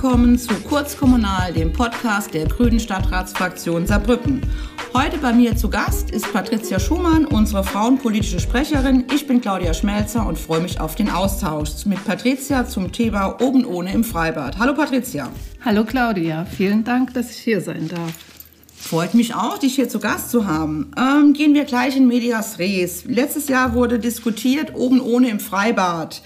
willkommen zu Kurzkommunal, dem Podcast der Grünen Stadtratsfraktion Saarbrücken. Heute bei mir zu Gast ist Patricia Schumann, unsere frauenpolitische Sprecherin. Ich bin Claudia Schmelzer und freue mich auf den Austausch mit Patricia zum Thema Oben ohne im Freibad. Hallo Patricia. Hallo Claudia, vielen Dank, dass ich hier sein darf. Freut mich auch, dich hier zu Gast zu haben. Gehen wir gleich in medias res. Letztes Jahr wurde diskutiert, Oben ohne im Freibad.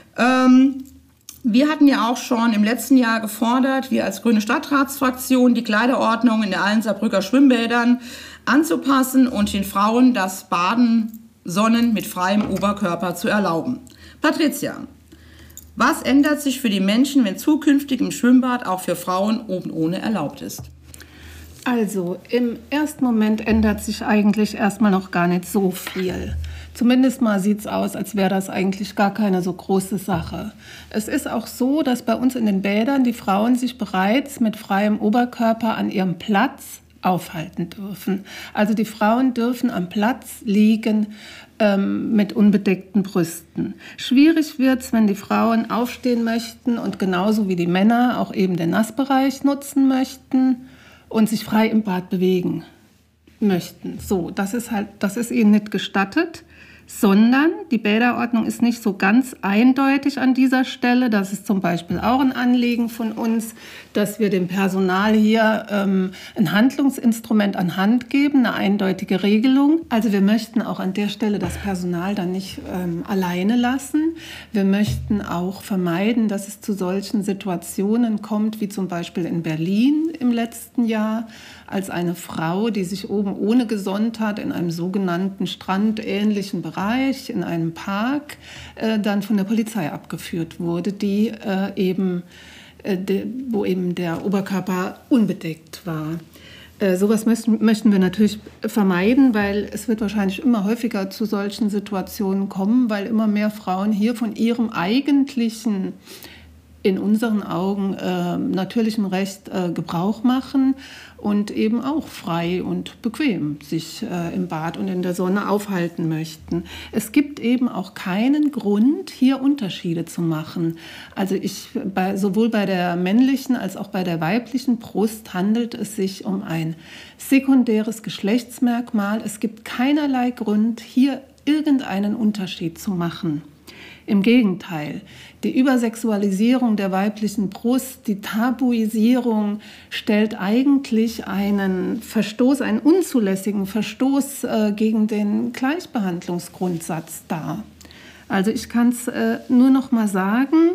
Wir hatten ja auch schon im letzten Jahr gefordert, wir als Grüne Stadtratsfraktion, die Kleiderordnung in allen Saarbrücker Schwimmbädern anzupassen und den Frauen das Sonnen mit freiem Oberkörper zu erlauben. Patricia, was ändert sich für die Menschen, wenn zukünftig im Schwimmbad auch für Frauen oben ohne erlaubt ist? Also im ersten Moment ändert sich eigentlich erstmal noch gar nicht so viel. Zumindest mal sieht es aus, als wäre das eigentlich gar keine so große Sache. Es ist auch so, dass bei uns in den Bädern die Frauen sich bereits mit freiem Oberkörper an ihrem Platz aufhalten dürfen. Also die Frauen dürfen am Platz liegen mit unbedeckten Brüsten. Schwierig wird es, wenn die Frauen aufstehen möchten und genauso wie die Männer auch eben den Nassbereich nutzen möchten und sich frei im Bad bewegen möchten. So, das ist ihnen nicht gestattet, sondern die Bäderordnung ist nicht so ganz eindeutig an dieser Stelle. Das ist zum Beispiel auch ein Anliegen von uns, dass wir dem Personal hier ein Handlungsinstrument an Hand geben, eine eindeutige Regelung. Also wir möchten auch an der Stelle das Personal dann nicht alleine lassen. Wir möchten auch vermeiden, dass es zu solchen Situationen kommt, wie zum Beispiel in Berlin im letzten Jahr, als eine Frau, die sich oben ohne gesonnt hat, in einem sogenannten strandähnlichen Bereich, in einem Park, dann von der Polizei abgeführt wurde, wo eben der Oberkörper unbedeckt war. Sowas möchten wir natürlich vermeiden, weil es wird wahrscheinlich immer häufiger zu solchen Situationen kommen, weil immer mehr Frauen hier von ihrem eigentlichen, in unseren Augen natürlichen Recht Gebrauch machen und eben auch frei und bequem sich im Bad und in der Sonne aufhalten möchten. Es gibt eben auch keinen Grund, hier Unterschiede zu machen. Also sowohl bei der männlichen als auch bei der weiblichen Brust handelt es sich um ein sekundäres Geschlechtsmerkmal. Es gibt keinerlei Grund, hier irgendeinen Unterschied zu machen. Im Gegenteil, die Übersexualisierung der weiblichen Brust, die Tabuisierung stellt eigentlich einen unzulässigen Verstoß gegen den Gleichbehandlungsgrundsatz dar. Also ich kann es nur noch mal sagen,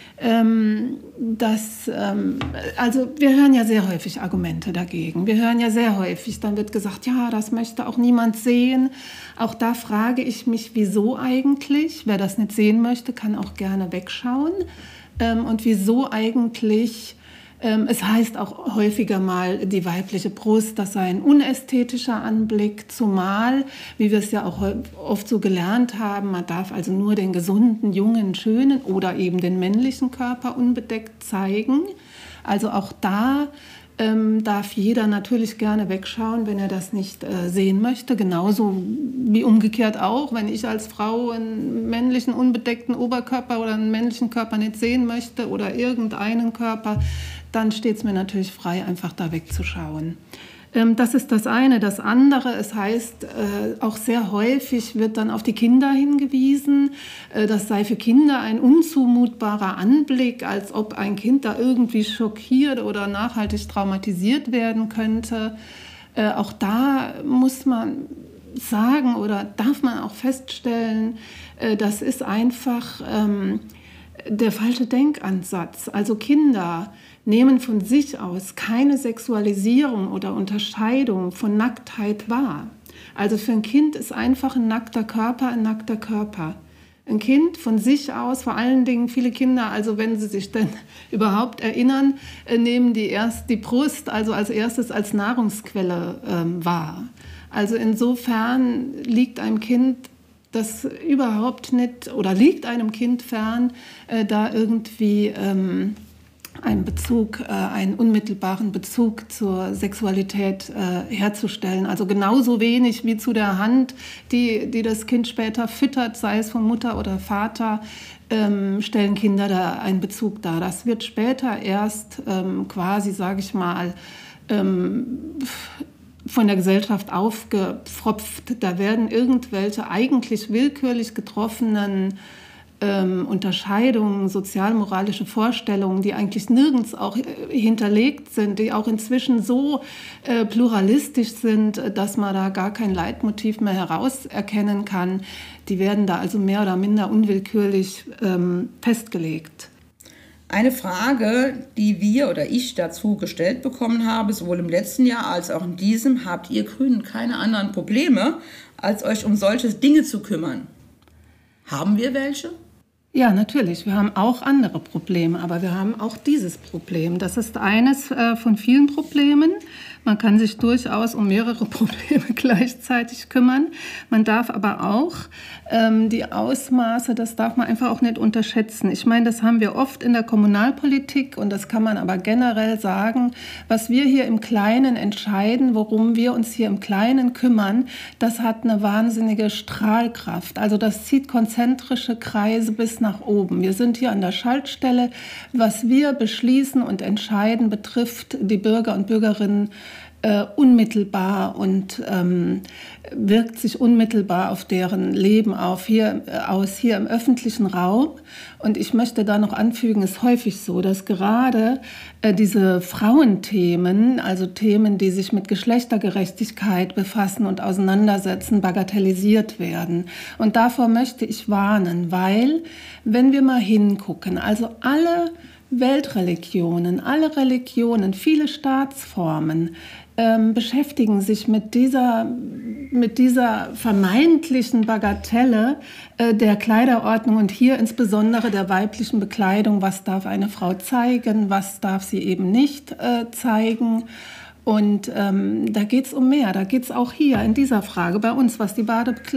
also wir hören ja sehr häufig Argumente dagegen. Wir hören ja sehr häufig, dann wird gesagt, ja, das möchte auch niemand sehen. Auch da frage ich mich, wieso eigentlich? Wer das nicht sehen möchte, kann auch gerne wegschauen. Und wieso eigentlich? Es heißt auch häufiger mal, die weibliche Brust, das sei ein unästhetischer Anblick, zumal, wie wir es ja auch oft so gelernt haben, man darf also nur den gesunden, jungen, schönen oder eben den männlichen Körper unbedeckt zeigen. Also auch da darf jeder natürlich gerne wegschauen, wenn er das nicht sehen möchte. Genauso wie umgekehrt auch, wenn ich als Frau einen männlichen unbedeckten Oberkörper oder einen männlichen Körper nicht sehen möchte oder irgendeinen Körper, dann steht es mir natürlich frei, einfach da wegzuschauen. Das ist das eine. Das andere, es heißt, auch sehr häufig wird dann auf die Kinder hingewiesen. Das sei für Kinder ein unzumutbarer Anblick, als ob ein Kind da irgendwie schockiert oder nachhaltig traumatisiert werden könnte. Auch da muss man sagen oder darf man auch feststellen, das ist einfach der falsche Denkansatz. Also Kinder nehmen von sich aus keine Sexualisierung oder Unterscheidung von Nacktheit wahr. Also für ein Kind ist einfach ein nackter Körper ein nackter Körper. Ein Kind von sich aus, vor allen Dingen viele Kinder, also wenn sie sich denn überhaupt erinnern, nehmen die erst die Brust also als erstes als Nahrungsquelle wahr. Also insofern liegt einem Kind das überhaupt nicht oder liegt einem Kind fern, da irgendwie einen unmittelbaren Bezug zur Sexualität herzustellen. Also genauso wenig wie zu der Hand, die das Kind später füttert, sei es von Mutter oder Vater, stellen Kinder da einen Bezug dar. Das wird später erst quasi, sage ich mal, von der Gesellschaft aufgepfropft. Da werden irgendwelche eigentlich willkürlich getroffenen Unterscheidungen, sozialmoralische Vorstellungen, die eigentlich nirgends auch hinterlegt sind, die auch inzwischen so pluralistisch sind, dass man da gar kein Leitmotiv mehr herauserkennen kann, die werden da also mehr oder minder unwillkürlich festgelegt. Eine Frage, die wir oder ich dazu gestellt bekommen habe, sowohl im letzten Jahr als auch in diesem: Habt ihr Grünen keine anderen Probleme, als euch um solche Dinge zu kümmern? Haben wir welche? Ja, natürlich. Wir haben auch andere Probleme, aber wir haben auch dieses Problem. Das ist eines von vielen Problemen. Man kann sich durchaus um mehrere Probleme gleichzeitig kümmern. Man darf aber auch die Ausmaße, das darf man einfach auch nicht unterschätzen. Ich meine, das haben wir oft in der Kommunalpolitik und das kann man aber generell sagen. Was wir hier im Kleinen entscheiden, worum wir uns hier im Kleinen kümmern, das hat eine wahnsinnige Strahlkraft. Also das zieht konzentrische Kreise bis nach oben. Wir sind hier an der Schaltstelle. Was wir beschließen und entscheiden, betrifft die Bürger und Bürgerinnen unmittelbar und wirkt sich unmittelbar auf deren Leben hier im öffentlichen Raum. Und ich möchte da noch anfügen, es ist häufig so, dass gerade diese Frauenthemen, also Themen, die sich mit Geschlechtergerechtigkeit befassen und auseinandersetzen, bagatellisiert werden. Und davor möchte ich warnen, weil, wenn wir mal hingucken, also alle Weltreligionen, alle Religionen, viele Staatsformen beschäftigen sich mit dieser vermeintlichen Bagatelle der Kleiderordnung und hier insbesondere der weiblichen Bekleidung. Was darf eine Frau zeigen, was darf sie eben nicht zeigen? Und da geht es um mehr. Da geht es auch hier in dieser Frage bei uns, was die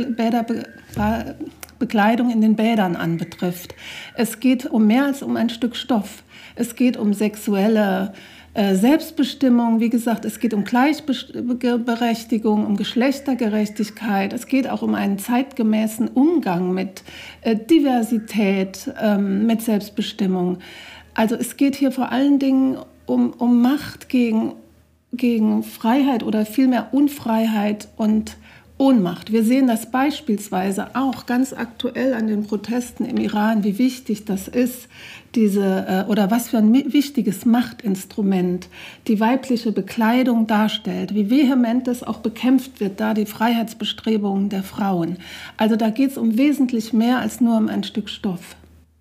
Bekleidung in den Bädern anbetrifft. Es geht um mehr als um ein Stück Stoff. Es geht um sexuelle Selbstbestimmung, wie gesagt, es geht um Gleichberechtigung, um Geschlechtergerechtigkeit. Es geht auch um einen zeitgemäßen Umgang mit Diversität, mit Selbstbestimmung. Also es geht hier vor allen Dingen um Macht gegen Freiheit oder vielmehr Unfreiheit und Ohnmacht. Wir sehen das beispielsweise auch ganz aktuell an den Protesten im Iran, wie wichtig das ist, oder was für ein wichtiges Machtinstrument die weibliche Bekleidung darstellt, wie vehement es auch bekämpft wird, da die Freiheitsbestrebungen der Frauen. Also da geht es um wesentlich mehr als nur um ein Stück Stoff.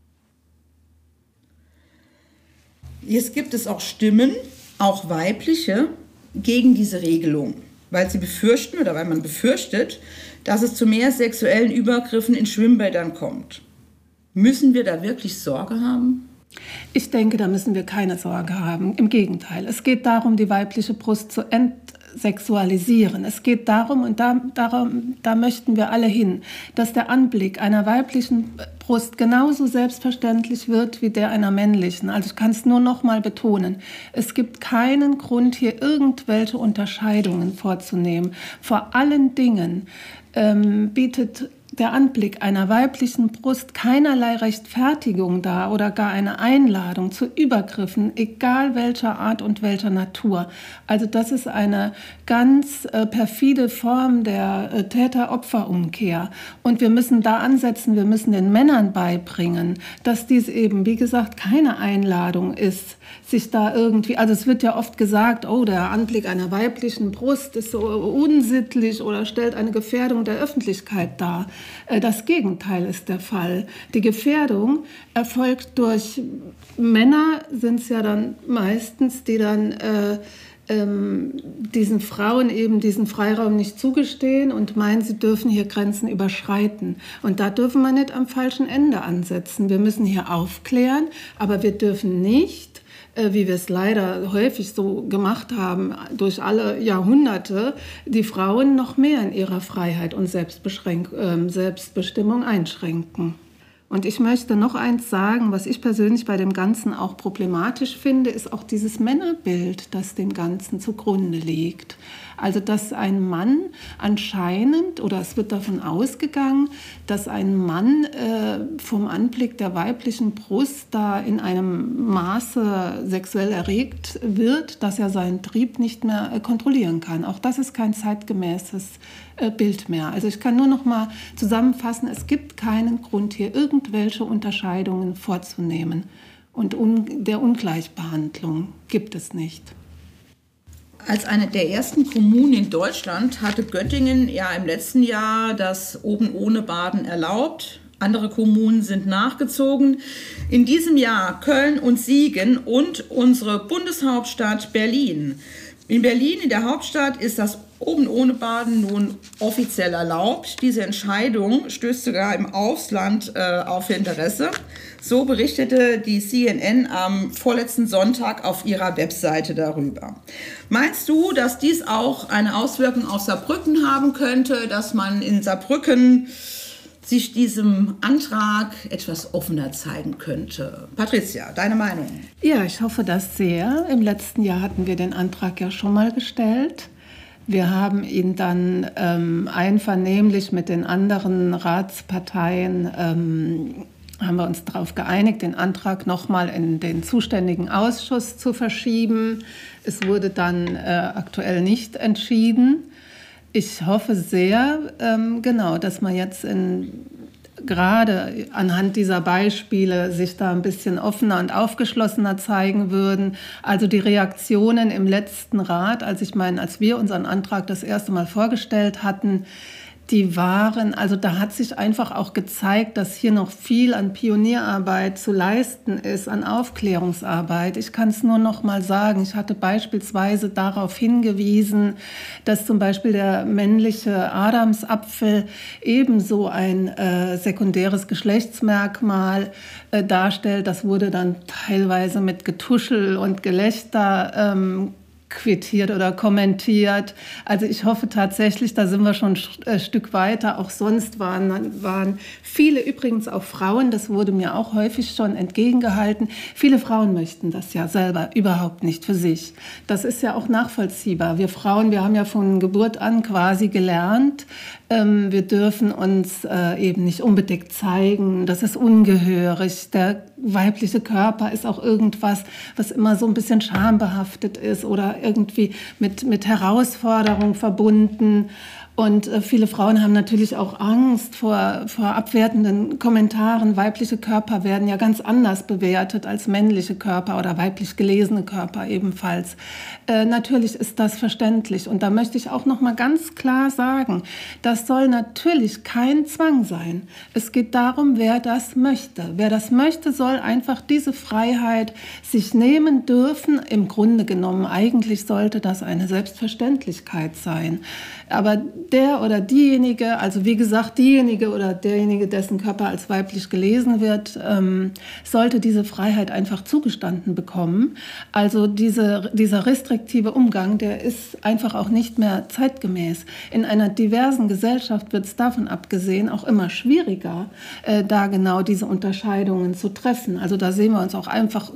Jetzt gibt es auch Stimmen, auch weibliche, gegen diese Regelung, weil man befürchtet, dass es zu mehr sexuellen Übergriffen in Schwimmbädern kommt. Müssen wir da wirklich Sorge haben? Ich denke, da müssen wir keine Sorge haben. Im Gegenteil, es geht darum, die weibliche Brust zu entsexualisieren. Es geht darum, und da möchten wir alle hin, dass der Anblick einer weiblichen Brust genauso selbstverständlich wird wie der einer männlichen. Also ich kann es nur noch mal betonen, es gibt keinen Grund, hier irgendwelche Unterscheidungen vorzunehmen. Vor allen Dingen bietet der Anblick einer weiblichen Brust keinerlei Rechtfertigung dar oder gar eine Einladung zu Übergriffen, egal welcher Art und welcher Natur. Also das ist eine ganz perfide Form der Täter-Opfer-Umkehr. Und wir müssen da ansetzen, wir müssen den Männern beibringen, dass dies eben, wie gesagt, keine Einladung ist, sich da irgendwie, also es wird ja oft gesagt, oh, der Anblick einer weiblichen Brust ist so unsittlich oder stellt eine Gefährdung der Öffentlichkeit dar. Das Gegenteil ist der Fall. Die Gefährdung erfolgt durch Männer, sind es ja dann meistens, die dann diesen Frauen eben diesen Freiraum nicht zugestehen und meinen, sie dürfen hier Grenzen überschreiten. Und da dürfen wir nicht am falschen Ende ansetzen. Wir müssen hier aufklären, aber wir dürfen nicht, wie wir es leider häufig so gemacht haben, durch alle Jahrhunderte, die Frauen noch mehr in ihrer Freiheit und Selbstbestimmung einschränken. Und ich möchte noch eins sagen, was ich persönlich bei dem Ganzen auch problematisch finde, ist auch dieses Männerbild, das dem Ganzen zugrunde liegt. Also dass ein Mann anscheinend, oder es wird davon ausgegangen, dass ein Mann vom Anblick der weiblichen Brust da in einem Maße sexuell erregt wird, dass er seinen Trieb nicht mehr kontrollieren kann. Auch das ist kein zeitgemäßes Bild mehr. Also ich kann nur noch mal zusammenfassen, es gibt keinen Grund, hier irgendwelche Unterscheidungen vorzunehmen. Und der Ungleichbehandlung gibt es nicht. Als eine der ersten Kommunen in Deutschland hatte Göttingen ja im letzten Jahr das Oben ohne Baden erlaubt. Andere Kommunen sind nachgezogen. In diesem Jahr Köln und Siegen und unsere Bundeshauptstadt Berlin. In Berlin, in der Hauptstadt, ist das Oben ohne Baden nun offiziell erlaubt. Diese Entscheidung stößt sogar im Ausland auf Interesse. So berichtete die CNN am vorletzten Sonntag auf ihrer Webseite darüber. Meinst du, dass dies auch eine Auswirkung auf Saarbrücken haben könnte, dass man in Saarbrücken sich diesem Antrag etwas offener zeigen könnte? Patricia, deine Meinung? Ja, ich hoffe das sehr. Im letzten Jahr hatten wir den Antrag ja schon mal gestellt. Wir haben ihn dann einvernehmlich mit den anderen Ratsparteien haben wir uns darauf geeinigt, den Antrag nochmal in den zuständigen Ausschuss zu verschieben. Es wurde dann aktuell nicht entschieden. Ich hoffe sehr, dass man jetzt gerade anhand dieser Beispiele sich da ein bisschen offener und aufgeschlossener zeigen würden. Also die Reaktionen im letzten Rat, als wir unseren Antrag das erste Mal vorgestellt hatten, die waren, also da hat sich einfach auch gezeigt, dass hier noch viel an Pionierarbeit zu leisten ist, an Aufklärungsarbeit. Ich kann es nur noch mal sagen, ich hatte beispielsweise darauf hingewiesen, dass zum Beispiel der männliche Adamsapfel ebenso ein sekundäres Geschlechtsmerkmal darstellt. Das wurde dann teilweise mit Getuschel und Gelächter quittiert oder kommentiert. Also ich hoffe tatsächlich, da sind wir schon ein Stück weiter. Auch sonst waren viele, übrigens auch Frauen, das wurde mir auch häufig schon entgegengehalten, viele Frauen möchten das ja selber überhaupt nicht für sich. Das ist ja auch nachvollziehbar. Wir Frauen, wir haben ja von Geburt an quasi gelernt, wir dürfen uns eben nicht unbedingt zeigen, das ist ungehörig. Der weibliche Körper ist auch irgendwas, was immer so ein bisschen schambehaftet ist oder irgendwie mit Herausforderung verbunden. Und viele Frauen haben natürlich auch Angst vor abwertenden Kommentaren. Weibliche Körper werden ja ganz anders bewertet als männliche Körper oder weiblich gelesene Körper ebenfalls. Natürlich ist das verständlich. Und da möchte ich auch noch mal ganz klar sagen, das soll natürlich kein Zwang sein. Es geht darum, wer das möchte. Wer das möchte, soll einfach diese Freiheit sich nehmen dürfen. Im Grunde genommen, eigentlich sollte das eine Selbstverständlichkeit sein. Aber der oder diejenige, also wie gesagt, diejenige oder derjenige, dessen Körper als weiblich gelesen wird, sollte diese Freiheit einfach zugestanden bekommen. Also dieser restriktive Umgang, der ist einfach auch nicht mehr zeitgemäß. In einer diversen Gesellschaft wird es davon abgesehen auch immer schwieriger, da genau diese Unterscheidungen zu treffen. Also da sehen wir uns auch einfach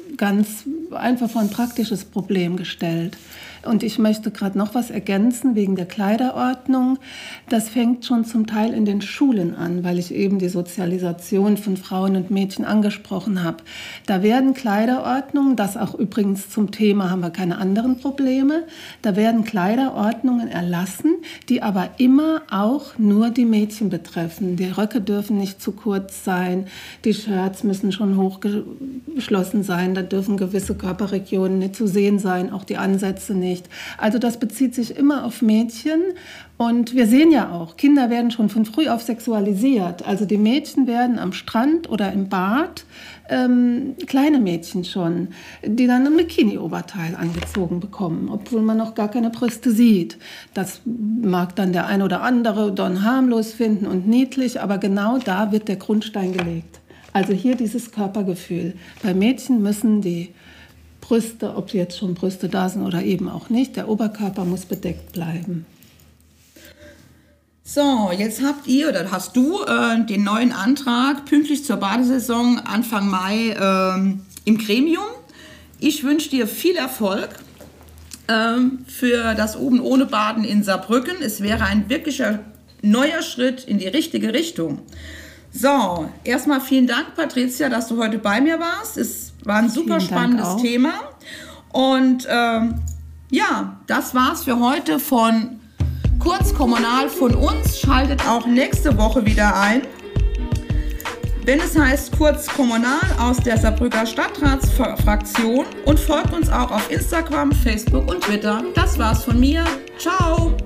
vor ein praktisches Problem gestellt. Und ich möchte gerade noch was ergänzen wegen der Kleiderordnung. Das fängt schon zum Teil in den Schulen an, weil ich eben die Sozialisation von Frauen und Mädchen angesprochen habe. Da werden Kleiderordnungen, das auch übrigens zum Thema haben wir keine anderen Probleme, da werden Kleiderordnungen erlassen, die aber immer auch nur die Mädchen betreffen. Die Röcke dürfen nicht zu kurz sein, die Shirts müssen schon hochgeschlossen sein, da dürfen gewisse Körperregionen nicht zu sehen sein, auch die Ansätze nicht. Also das bezieht sich immer auf Mädchen und wir sehen ja auch, Kinder werden schon von früh auf sexualisiert. Also die Mädchen werden am Strand oder im Bad, kleine Mädchen schon, die dann ein Bikini-Oberteil angezogen bekommen, obwohl man noch gar keine Brüste sieht. Das mag dann der ein oder andere dann harmlos finden und niedlich, aber genau da wird der Grundstein gelegt. Also hier dieses Körpergefühl. Bei Mädchen müssen die Brüste, ob jetzt schon Brüste da sind oder eben auch nicht, der Oberkörper muss bedeckt bleiben. So, jetzt habt ihr oder hast du den neuen Antrag pünktlich zur Badesaison Anfang Mai im Gremium. Ich wünsche dir viel Erfolg für das Oben ohne Baden in Saarbrücken. Es wäre ein wirklicher neuer Schritt in die richtige Richtung. So, erstmal vielen Dank, Patricia, dass du heute bei mir warst. Es war ein super spannendes Thema. Und ja, das war's für heute von Kurz Kommunal von uns. Schaltet auch nächste Woche wieder ein, wenn es heißt Kurz Kommunal aus der Saarbrücker Stadtratsfraktion, und folgt uns auch auf Instagram, Facebook und Twitter. Das war's von mir. Ciao!